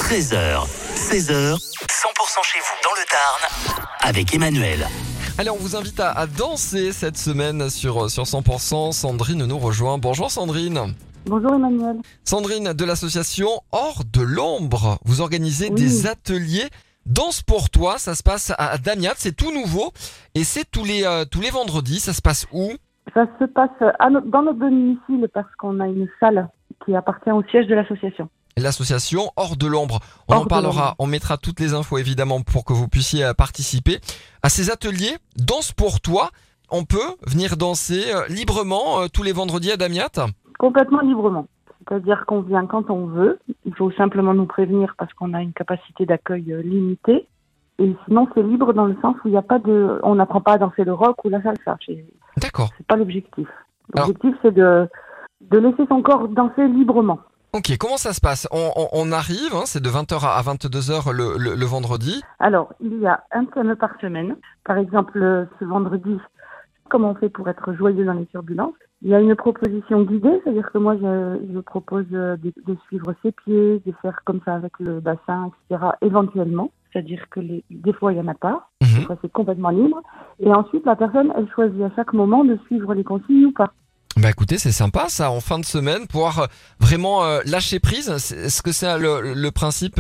13h, 16h, 100% chez vous dans le Tarn avec Emmanuel. Allez, on vous invite à danser cette semaine sur 100%. Sandrine nous rejoint. Bonjour Sandrine. Bonjour Emmanuel. Sandrine de l'association Hors de l'Ombre. Vous organisez Oui. des ateliers Danse pour toi. Ça se passe à Damiat, c'est tout nouveau. Et c'est tous les vendredis. Ça se passe où ? Ça se passe dans notre domicile parce qu'on a une salle qui appartient au siège de l'association. L'association Hors de l'Ombre. On Hors en de parlera, l'Ombre. on mettra toutes les infos évidemment pour que vous puissiez participer à ces ateliers Danse pour toi. On peut venir danser librement tous les vendredis à Damiat. Complètement librement. C'est-à-dire qu'on vient quand on veut. Il faut simplement nous prévenir parce qu'on a une capacité d'accueil limitée. Et sinon, c'est libre dans le sens où il n'y a pas de, on n'apprend pas à danser le rock ou la salsa. D'accord. C'est pas l'objectif. L'objectif, c'est de laisser son corps danser librement. Ok, comment ça se passe ? On arrive, c'est de 20h à 22h le vendredi. Alors, il y a un thème par semaine. Par exemple, ce vendredi, comment on fait pour être joyeux dans les turbulences ? Il y a une proposition guidée, c'est-à-dire que moi, je propose de suivre ses pieds, de faire comme ça avec le bassin, etc., éventuellement. C'est-à-dire que des fois, il n'y en a pas. Des fois, c'est complètement libre. Et ensuite, la personne, elle choisit à chaque moment de suivre les consignes ou pas. Bah écoutez, c'est sympa ça, en fin de semaine, pouvoir vraiment lâcher prise. Est-ce que c'est le principe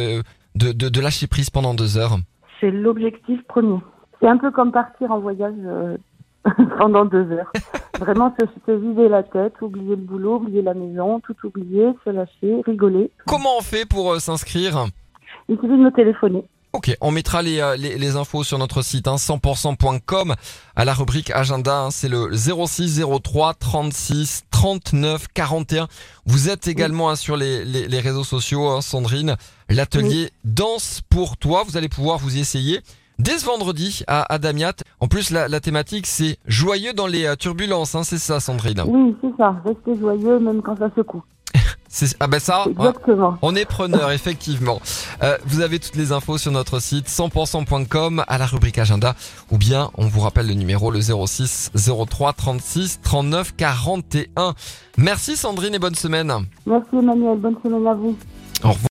de lâcher prise pendant 2 heures ? C'est l'objectif premier. C'est un peu comme partir en voyage pendant 2 heures. Vraiment se vider la tête, oublier le boulot, oublier la maison, tout oublier, se lâcher, rigoler. Comment on fait pour s'inscrire ? Il suffit de me téléphoner. Ok, on mettra les infos sur notre site 100%.com à la rubrique agenda, c'est le 06 03 36 39 41. Vous êtes également sur les réseaux sociaux, Sandrine. L'atelier Danse pour toi, vous allez pouvoir vous y essayer dès ce vendredi à Damiat. En plus, la thématique, c'est joyeux dans les turbulences, c'est ça, Sandrine ? Oui, c'est ça. Restez joyeux même quand ça secoue. Ah ben ça, exactement. On est preneur, effectivement. Vous avez toutes les infos sur notre site 100%.com à la rubrique agenda, ou bien on vous rappelle le numéro, le 06 03 36 39 41. Merci Sandrine et bonne semaine. Merci Emmanuel, bonne semaine à vous. Au revoir.